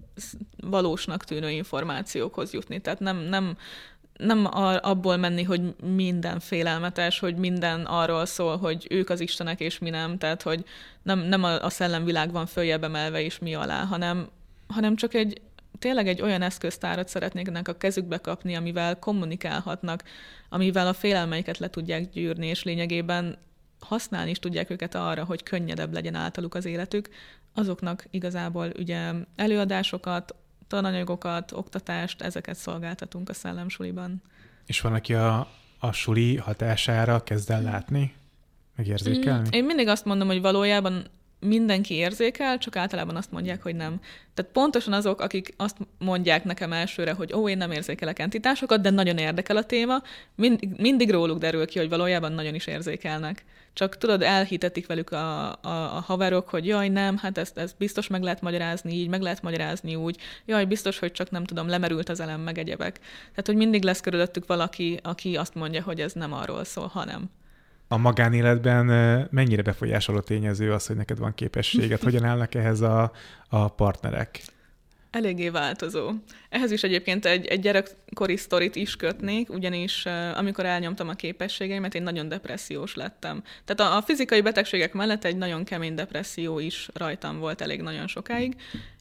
valósnak tűnő információkhoz jutni. Tehát nem, nem, nem abból menni, hogy minden félelmetes, hogy minden arról szól, hogy ők az istenek és mi nem, tehát hogy nem, nem a szellemvilág van följebb emelve és mi alá, hanem, hanem csak egy, tényleg egy olyan eszköztárat szeretnék a kezükbe kapni, amivel kommunikálhatnak, amivel a félelmeiket le tudják gyűrni, és lényegében használni is tudják őket arra, hogy könnyedebb legyen általuk az életük. Azoknak igazából ugye előadásokat, tananyagokat, oktatást, ezeket szolgáltatunk a szellemsuliban. És van, aki a, a suli hatására kezd el látni, megérzékelni? Én mindig azt mondom, hogy valójában mindenki érzékel, csak általában azt mondják, hogy nem. Tehát pontosan azok, akik azt mondják nekem elsőre, hogy ó, én nem érzékelek entitásokat, de nagyon érdekel a téma, mindig, mindig róluk derül ki, hogy valójában nagyon is érzékelnek. Csak tudod, elhitetik velük a, a, a haverok, hogy jaj, nem, hát ezt, ezt biztos meg lehet magyarázni így, meg lehet magyarázni úgy, jaj, biztos, hogy csak nem tudom, lemerült az elem, meg egyebek. Tehát, hogy mindig lesz körülöttük valaki, aki azt mondja, hogy ez nem arról szól, hanem. A magánéletben mennyire befolyásoló tényező az, hogy neked van képességed? Hogyan állnak ehhez a, a partnerek? Eléggé változó. Ehhez is egyébként egy, egy gyerekkori sztorit is kötnék, ugyanis amikor elnyomtam a képességeimet, én nagyon depressziós lettem. Tehát a, a fizikai betegségek mellett egy nagyon kemény depresszió is rajtam volt elég nagyon sokáig,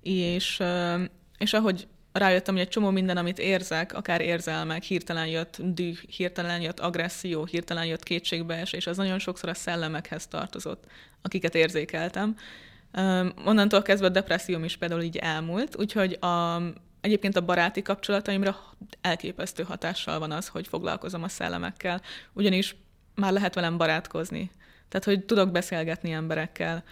és, és ahogy rájöttem, hogy egy csomó minden, amit érzek, akár érzelmek, hirtelen jött düh, hirtelen jött agresszió, hirtelen jött kétségbeesés, az nagyon sokszor a szellemekhez tartozott, akiket érzékeltem. Um, onnantól kezdve a depresszióm is például így elmúlt, úgyhogy a, egyébként a baráti kapcsolataimra elképesztő hatással van az, hogy foglalkozom a szellemekkel, ugyanis már lehet velem barátkozni. Tehát, hogy tudok beszélgetni emberekkel.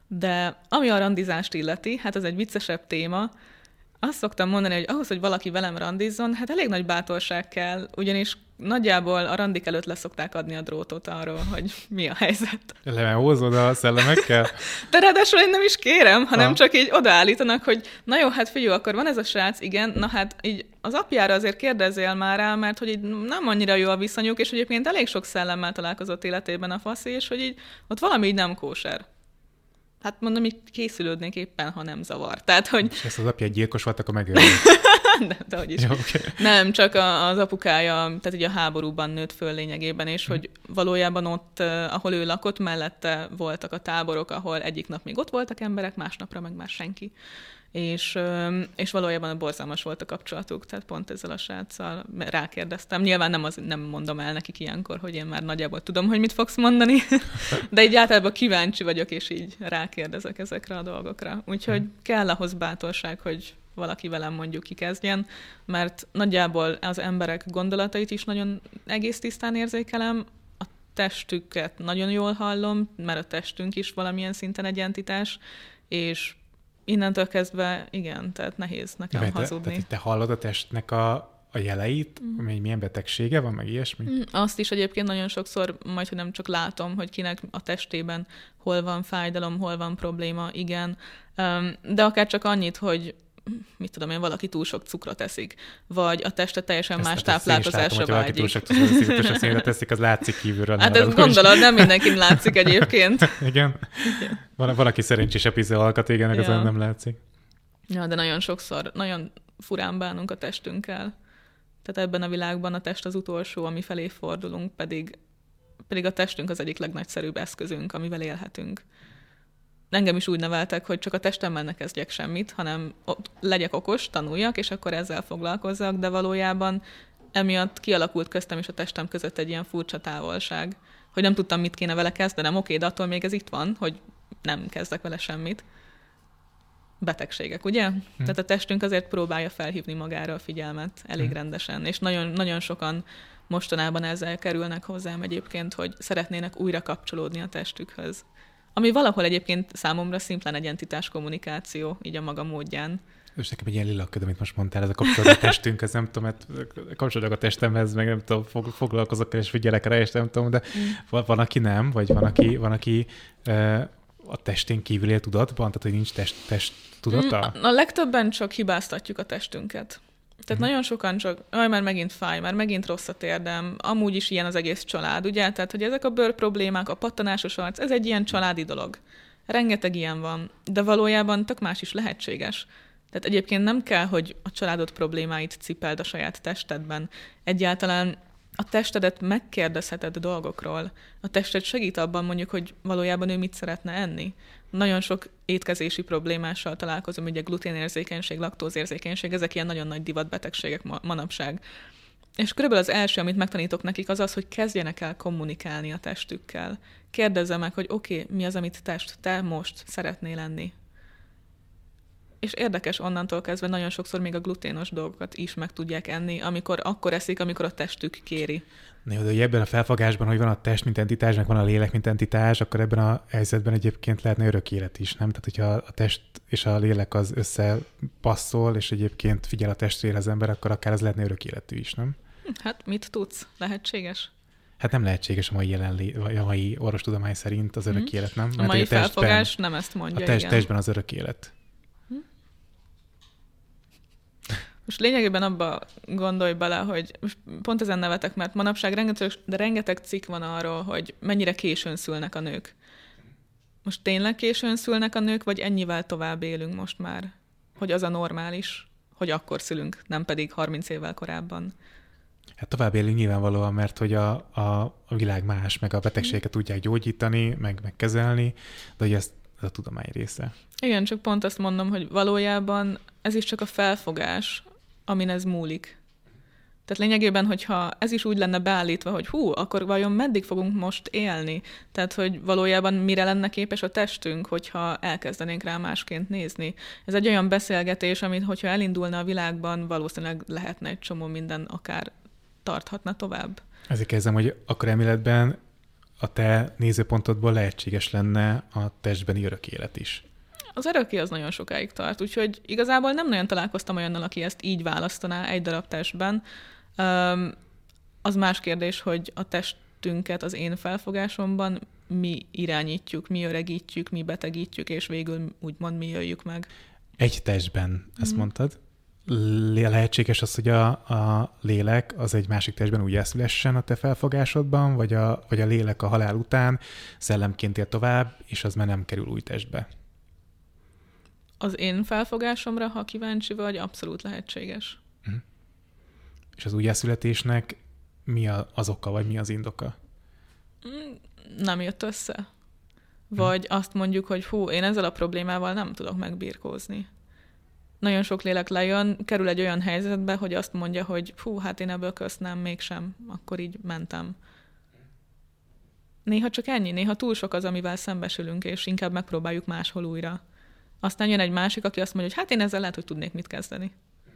De ami a randizást illeti, hát ez egy viccesebb téma. Azt szoktam mondani, hogy ahhoz, hogy valaki velem randizzon, hát elég nagy bátorság kell, ugyanis nagyjából a randik előtt leszokták adni a drótot arról, hogy mi a helyzet. Lemehozod a szellemekkel? De ráadásul én nem is kérem, hanem ha. csak így odaállítanak, hogy na jó, hát figyelj, akkor van ez a srác, igen, na hát így az apjára azért kérdezzél már rá, mert hogy így nem annyira jó a viszonyuk, és egyébként elég sok szellemmel találkozott életében a faszi, és hogy így ott valami így nem kóser. Hát mondom, így készülődnék éppen, ha nem zavar. Tehát, hogy... És ezt az apja egy gyilkos volt, akkor megölni. nem, de hogy is. Jó, okay. Nem, csak a, az apukája, tehát így a háborúban nőtt föl lényegében, és hmm. hogy valójában ott, ahol ő lakott, mellette voltak a táborok, ahol egyik nap még ott voltak emberek, másnapra meg már senki. És, és valójában borzalmas volt a kapcsolatuk, tehát pont ezzel a sráccal rákérdeztem. Nyilván nem, az, nem mondom el nekik ilyenkor, hogy én már nagyjából tudom, hogy mit fogsz mondani, de így általában kíváncsi vagyok, és így rákérdezek ezekre a dolgokra. Úgyhogy kell ahhoz bátorság, hogy valaki velem mondjuk kikezdjen, mert nagyjából az emberek gondolatait is nagyon egész tisztán érzékelem, a testüket nagyon jól hallom, mert a testünk is valamilyen szinten egy entitás, és innentől kezdve, igen, tehát nehéz nekem te, hazudni. Tehát te hallod a testnek a, a jeleit, mm. hogy milyen betegsége van, meg ilyesmi? Mm, azt is egyébként nagyon sokszor, majd, hogy nem csak látom, hogy kinek a testében hol van fájdalom, hol van probléma, igen. De akár csak annyit, hogy mit tudom én, valaki túl sok cukrot eszik, vagy a teste teljesen ezt, más ezt táplálkozásra vágyik. Valaki túl sok cukrot eszik, teszik, az látszik kívülről. Hát ezt gondolod, nem mindenkin látszik egyébként. Igen. Van, valaki szerencsésebb ízőalkat, igen, ja. azon nem látszik. Ja, de nagyon sokszor, nagyon furán bánunk a testünkkel. Tehát ebben a világban a test az utolsó, ami felé fordulunk, pedig, pedig a testünk az egyik legnagyszerűbb eszközünk, amivel élhetünk. Engem is úgy neveltek, hogy csak a testemmel ne kezdjek semmit, hanem legyek okos, tanuljak, és akkor ezzel foglalkozzak, de valójában emiatt kialakult köztem és a testem között egy ilyen furcsa távolság, hogy nem tudtam, mit kéne vele kezdenem, oké, de attól még ez itt van, hogy nem kezdek vele semmit. betegségek, ugye? Hmm. Tehát a testünk azért próbálja felhívni magára a figyelmet elég hmm. rendesen, és nagyon, nagyon sokan mostanában ezzel kerülnek hozzám egyébként, hogy szeretnének újra kapcsolódni a testükhöz. Ami valahol egyébként számomra szimplán egy entitás kommunikáció, így a maga módján. És nekem egy ilyen lilakköd, amit most mondtál, ez a kapcsolódó testünk, ez nem tudom, mert kapcsolódok a testemhez, meg nem tudom, foglalkozok el és figyelek rá, és nem tudom, de mm. van, van, aki nem, vagy van, aki, van, aki uh, a testén kívül él tudatban, tehát hogy nincs test, test tudata? Mm, a legtöbben csak hibáztatjuk a testünket. Tehát mm. nagyon sokan csak, aj, már megint fáj, már megint rossz a térdem, amúgy is ilyen az egész család, ugye? Tehát, hogy ezek a bőr problémák, a pattanásos arc, ez egy ilyen családi dolog. Rengeteg ilyen van, de valójában tök más is lehetséges. Tehát egyébként nem kell, hogy a családod problémáit cipeld a saját testedben. Egyáltalán a testedet megkérdezheted dolgokról. A tested segít abban mondjuk, hogy valójában ő mit szeretne enni. Nagyon sok étkezési problémással találkozom, ugye gluténérzékenység, laktózérzékenység, ezek ilyen nagyon nagy divatbetegségek ma- manapság. És körülbelül az első, amit megtanítok nekik, az az, hogy kezdjenek el kommunikálni a testükkel. Kérdezze meg, hogy oké, okay, mi az, amit test, te most szeretnél lenni. És érdekes, onnantól kezdve nagyon sokszor még a gluténos dolgokat is meg tudják enni, amikor akkor eszik, amikor a testük kéri. Na jó, de ebben a felfogásban, hogy van a test, mint entitás, meg van a lélek, mint entitás, akkor ebben a helyzetben egyébként lehetne örök élet is, nem? Tehát, hogyha a test és a lélek az összepasszol, és egyébként figyel a testvére az ember, akkor akár az lehetne örök életű is, nem? Hát mit tudsz? Lehetséges? Hát nem lehetséges a mai, jelenlé- vagy a mai orvostudomány szerint az örök mm. élet, nem? A mai a felfogás nem ezt mondja, a test, igen. testben az örök élet. Most lényegében abba gondolj bele, hogy most pont ezen nevetek, mert manapság rengeteg, de rengeteg cikk van arról, hogy mennyire későn szülnek a nők. Most tényleg későn szülnek a nők, vagy ennyivel tovább élünk most már? Hogy az a normális, hogy akkor szülünk, nem pedig harminc évvel korábban. Hát tovább élünk nyilvánvalóan, mert hogy a, a, a világ más, meg a betegségeket tudják gyógyítani, meg, meg kezelni, de hogy ez, ez a tudomány része. Igen, csak pont azt mondom, hogy valójában ez is csak a felfogás, amin ez múlik. Tehát lényegében, hogyha ez is úgy lenne beállítva, hogy hú, akkor vajon meddig fogunk most élni? Tehát, hogy valójában mire lenne képes a testünk, hogyha elkezdenénk rá másként nézni. Ez egy olyan beszélgetés, amit, hogyha elindulna a világban, valószínűleg lehetne egy csomó minden, akár tarthatna tovább. Ezért kezdem, hogy akkor elméletben a te nézőpontodból lehetséges lenne a testbeni örök élet is. Az örökké az nagyon sokáig tart, úgyhogy igazából nem nagyon találkoztam olyannal, aki ezt így választaná egy darab testben. Az más kérdés, hogy a testünket az én felfogásomban mi irányítjuk, mi öregítjük, mi betegítjük, és végül úgymond mi jöjjük meg. Egy testben, ezt mm. mondtad. Lehetséges az, hogy a, a lélek az egy másik testben úgy elszülessen a te felfogásodban, vagy a, vagy a lélek a halál után szellemként él tovább, és az már nem kerül új testbe? Az én felfogásomra, ha kíváncsi vagy, abszolút lehetséges. Mm. És az újjászületésnek mi a, az oka, vagy mi az indoka? Nem jött össze. Vagy mm. azt mondjuk, hogy hú, én ezzel a problémával nem tudok megbirkózni. Nagyon sok lélek lejön, kerül egy olyan helyzetbe, hogy azt mondja, hogy hú, hát én ebből köszönöm, mégsem, akkor így mentem. Néha csak ennyi, néha túl sok az, amivel szembesülünk, és inkább megpróbáljuk máshol újra. Aztán jön egy másik, aki azt mondja, hogy hát én ezzel lehet, hogy tudnék mit kezdeni.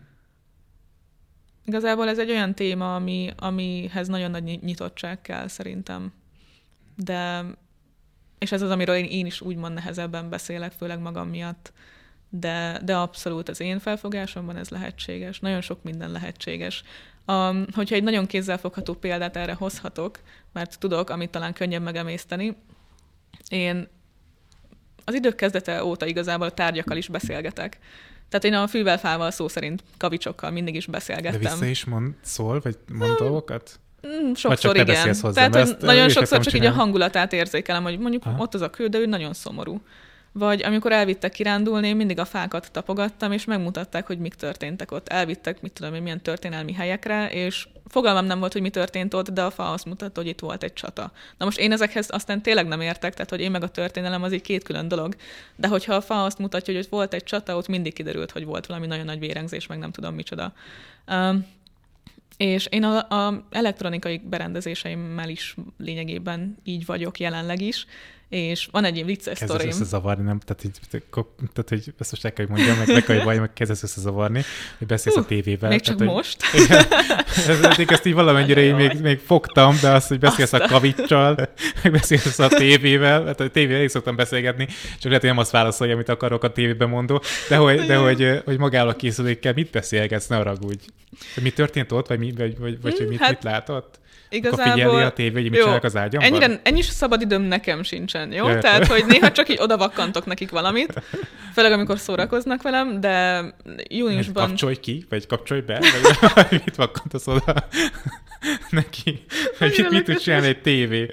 Igazából ez egy olyan téma, ami, amihez nagyon nagy nyitottság kell szerintem. De, és ez az, amiről én, én is úgymond nehezebben beszélek, főleg magam miatt. De, de abszolút az én felfogásomban ez lehetséges. Nagyon sok minden lehetséges. Um, hogyha egy nagyon kézzelfogható példát erre hozhatok, mert tudok, amit talán könnyebb megemészteni, én az idők kezdete óta igazából a tárgyakkal is beszélgetek. Tehát én a fűvel, fával, szó szerint kavicsokkal mindig is beszélgettem. De vissza is mond, szól, vagy mond hmm. dolgokat? Sokszor igen. Hozzá, Tehát, hogy nagyon sokszor csak így a hangulatát érzékelem, hogy mondjuk Aha. ott az a kő, de ő nagyon szomorú. Vagy amikor elvittek kirándulni, én mindig a fákat tapogattam, és megmutatták, hogy mik történtek ott. Elvittek, mit tudom én, milyen történelmi helyekre, és fogalmam nem volt, hogy mi történt ott, de a fa azt mutatta, hogy itt volt egy csata. Na most én ezekhez aztán tényleg nem értek, tehát hogy én meg a történelem az így két külön dolog. De hogyha a fa azt mutatja, hogy ott volt egy csata, ott mindig kiderült, hogy volt valami nagyon nagy vérengzés, meg nem tudom micsoda. Um, és én a, a elektronikai berendezéseimmel is lényegében így vagyok jelenleg is, És van egy ilyen vicces sztorim. sztorim. Kezdesz összezavarni, nem? Tehát, így, tehát hogy ezt most el kell, hogy mondjam, meg le kell, hogy valami, meg kezdesz összezavarni, hogy beszélsz uh, a tévével. Még csak tehát, most? Hogy, ezt így valamennyire én még, még fogtam, de azt, hogy beszélsz Aztán. a kavicsal, meg beszélsz a tévével, hát a tévével így szoktam beszélgetni, csak lehet, hogy nem azt válaszolja, amit akarok a tévében mondó, de hogy, de hogy, hogy magával a készülékkel mit beszélgetsz, ne haragudj. Mi történt ott, vagy, mi, vagy, vagy, vagy hmm, mit, hát... mit látott? Igazából... Akkor figyeli a tévé, hogy mit csinálják az ágyamban? Ennyire, ennyi szabad időm nekem sincsen, jó? Jaj. Tehát, hogy néha csak így odavakkantok nekik valamit, főleg amikor szórakoznak velem, de júniusban... Kapcsolj ki, vagy kapcsolj be, vagy mit vakkantasz oda neki? Hogy mit, mit tud csinálni egy tévé?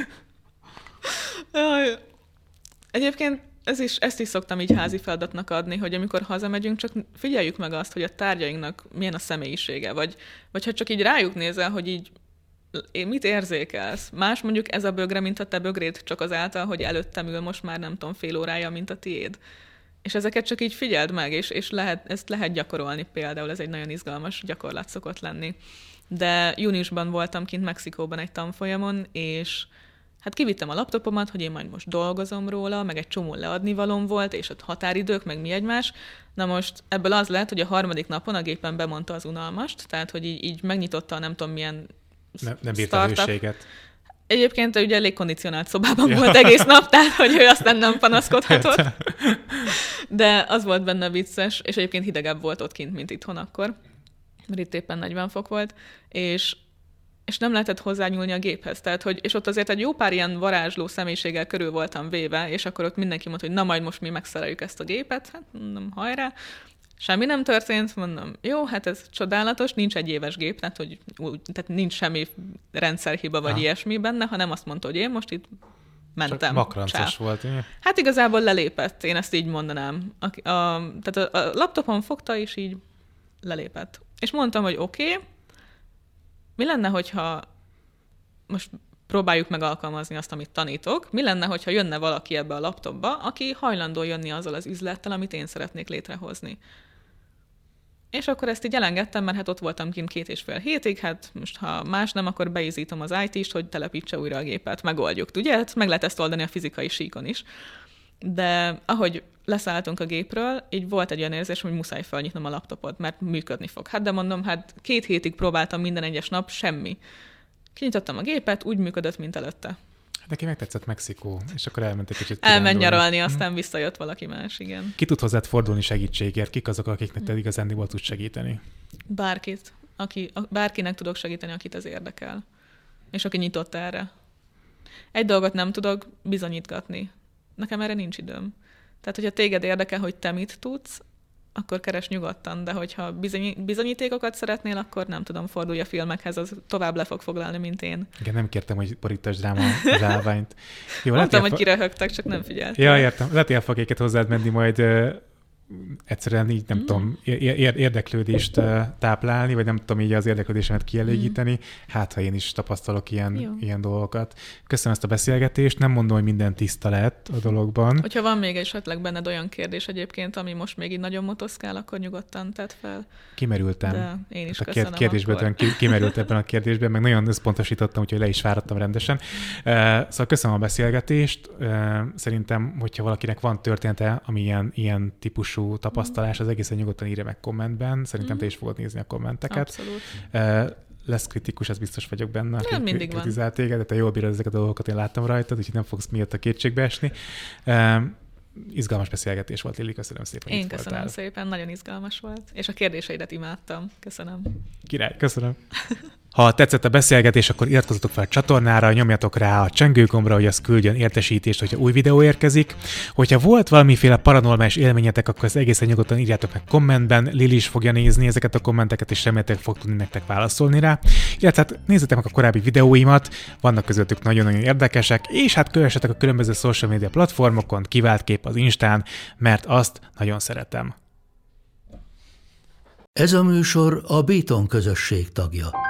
Egyébként ez is, ezt is szoktam így házi feladatnak adni, hogy amikor hazamegyünk, csak figyeljük meg azt, hogy a tárgyainknak milyen a személyisége, vagy, vagy ha csak így rájuk nézel, hogy így mit érzékelsz? Más mondjuk ez a bögre, mint a te bögréd, csak azáltal, hogy előttem ül most már nem tudom fél órája, mint a tiéd. És ezeket csak így figyeld meg, és, és lehet, ezt lehet gyakorolni például, ez egy nagyon izgalmas gyakorlat szokott lenni. De júniusban voltam kint Mexikóban egy tanfolyamon, és hát kivittem a laptopomat, hogy én majd most dolgozom róla, meg egy csomó leadnivalóm volt, és ott határidők, meg mi egymás. Na most ebből az lett, hogy a harmadik napon a gépen bemondta az unalmast, tehát hogy így, így megnyitotta nem tudom milyen Nem, nem bírt előséget. Egyébként ugye légkondicionált szobában ja. volt egész nap, tehát hogy ő aztán nem panaszkodhatott. De az volt benne vicces, és egyébként hidegebb volt ott kint, mint itthon akkor, mert itt éppen negyven fok volt, és, és nem lehetett hozzányúlni a géphez. Tehát, hogy, és ott azért egy jó pár ilyen varázsló személyiséggel körül voltam véve, és akkor ott mindenki mondta, hogy na majd most mi megszereljük ezt a gépet, hát mondom, hajrá. Semmi nem történt, mondom, jó, hát ez csodálatos, nincs egy éves gép, tehát, hogy, tehát nincs semmi rendszerhiba vagy ha. ilyesmi benne, hanem azt mondta, hogy én most itt mentem. Csak makrancos volt. Ugye? Hát igazából lelépett, én ezt így mondanám. A, a, tehát a, a laptopon fogta, és így lelépett. És mondtam, hogy oké, okay, mi lenne, hogyha most próbáljuk meg alkalmazni azt, amit tanítok, mi lenne, hogyha jönne valaki ebbe a laptopba, aki hajlandó jönni azzal az üzlettel, amit én szeretnék létrehozni. És akkor ezt így elengedtem, mert hát ott voltam kint két és fél hétig, hát most ha más nem, akkor beizítom az í té-st, hogy telepítse újra a gépet, megoldjuk. Ugye? Hát meg lehet ezt oldani a fizikai síkon is. De ahogy leszálltunk a gépről, így volt egy olyan érzés, hogy muszáj felnyitnom a laptopot, mert működni fog. Hát de mondom, hát két hétig próbáltam minden egyes nap, semmi. Kinyitottam a gépet, úgy működött, mint előtte. Neki megtetszett Mexikó, és akkor elment egy kicsit elment nyaralni, aztán visszajött valaki más, igen. Ki tud hozzád fordulni segítségért? Kik azok, akiknek te igazándiból tudsz segíteni? Bárkit. Aki, bárkinek tudok segíteni, akit ez érdekel. És aki nyitott erre. Egy dolgot nem tudok bizonyítgatni. Nekem erre nincs időm. Tehát, hogyha téged érdekel, hogy te mit tudsz, akkor keres nyugodtan, de hogyha bizony, bizonyítékokat szeretnél, akkor nem tudom, fordulj a filmekhez, az tovább le fog foglalni, mint én. Igen, nem kértem, hogy borítasd rám az állványt. Jó, mondtam, hogy kiröhögtek, csak nem figyeltem. Ja, értem. Lehet, hogy el fog éket hozzád menni majd uh, egyszerűen így, nem mm. tudom, ér- érdeklődést uh, táplálni, vagy nem tudom így az érdeklődésemet kielégíteni. Mm. Hát, ha én is tapasztalok ilyen, ilyen dolgokat. Köszönöm ezt a beszélgetést. Nem mondom, hogy minden tiszta lett a dologban. Hogyha van még esetleg benned olyan kérdés egyébként, ami most még így nagyon motoszkál, akkor nyugodtan tedd fel. Kimerültem. De én is a köszönöm kérdésből akkor. Kimerült ebben a kérdésben, meg nagyon összpontosítottam, úgyhogy le is fáradtam rendesen. Szóval köszönöm a beszélgetést. Szerintem, hogyha valakinek van története, ami ilyen, ilyen típusú tapasztalás, az egészen nyugodtan írja meg kommentben. Szerintem mm. te is fogod nézni a kommenteket. Abszolút. Uh, lesz kritikus, ez biztos vagyok benne. Nem, mindig van. Kritizált téged, de te jól bírod ezeket a dolgokat, én láttam rajtad, úgyhogy nem fogsz miatt a kétségbe esni. Uh, izgalmas beszélgetés volt, Lili, köszönöm szépen. Én köszönöm voltál. Szépen, nagyon izgalmas volt, és a kérdéseidet imádtam. Köszönöm. Király, köszönöm. Ha tetszett a beszélgetés, akkor iratkozzatok fel a csatornára, nyomjatok rá a csengőgombra, hogy az küldjön értesítést, hogyha új videó érkezik. Hogyha volt valamiféle paranormális élményetek, akkor ezt egészen nyugodtan írjátok meg kommentben. Lili is fogja nézni ezeket a kommenteket, és remélhetőleg fog tudni nektek válaszolni rá. Illetve hát nézzétek meg a korábbi videóimat, vannak közöttük nagyon-nagyon érdekesek, és hát kövessetek a különböző social media platformokon, kiváltképp az Instán, mert azt nagyon szeretem. Ez a műsor a Béton közösség tagja.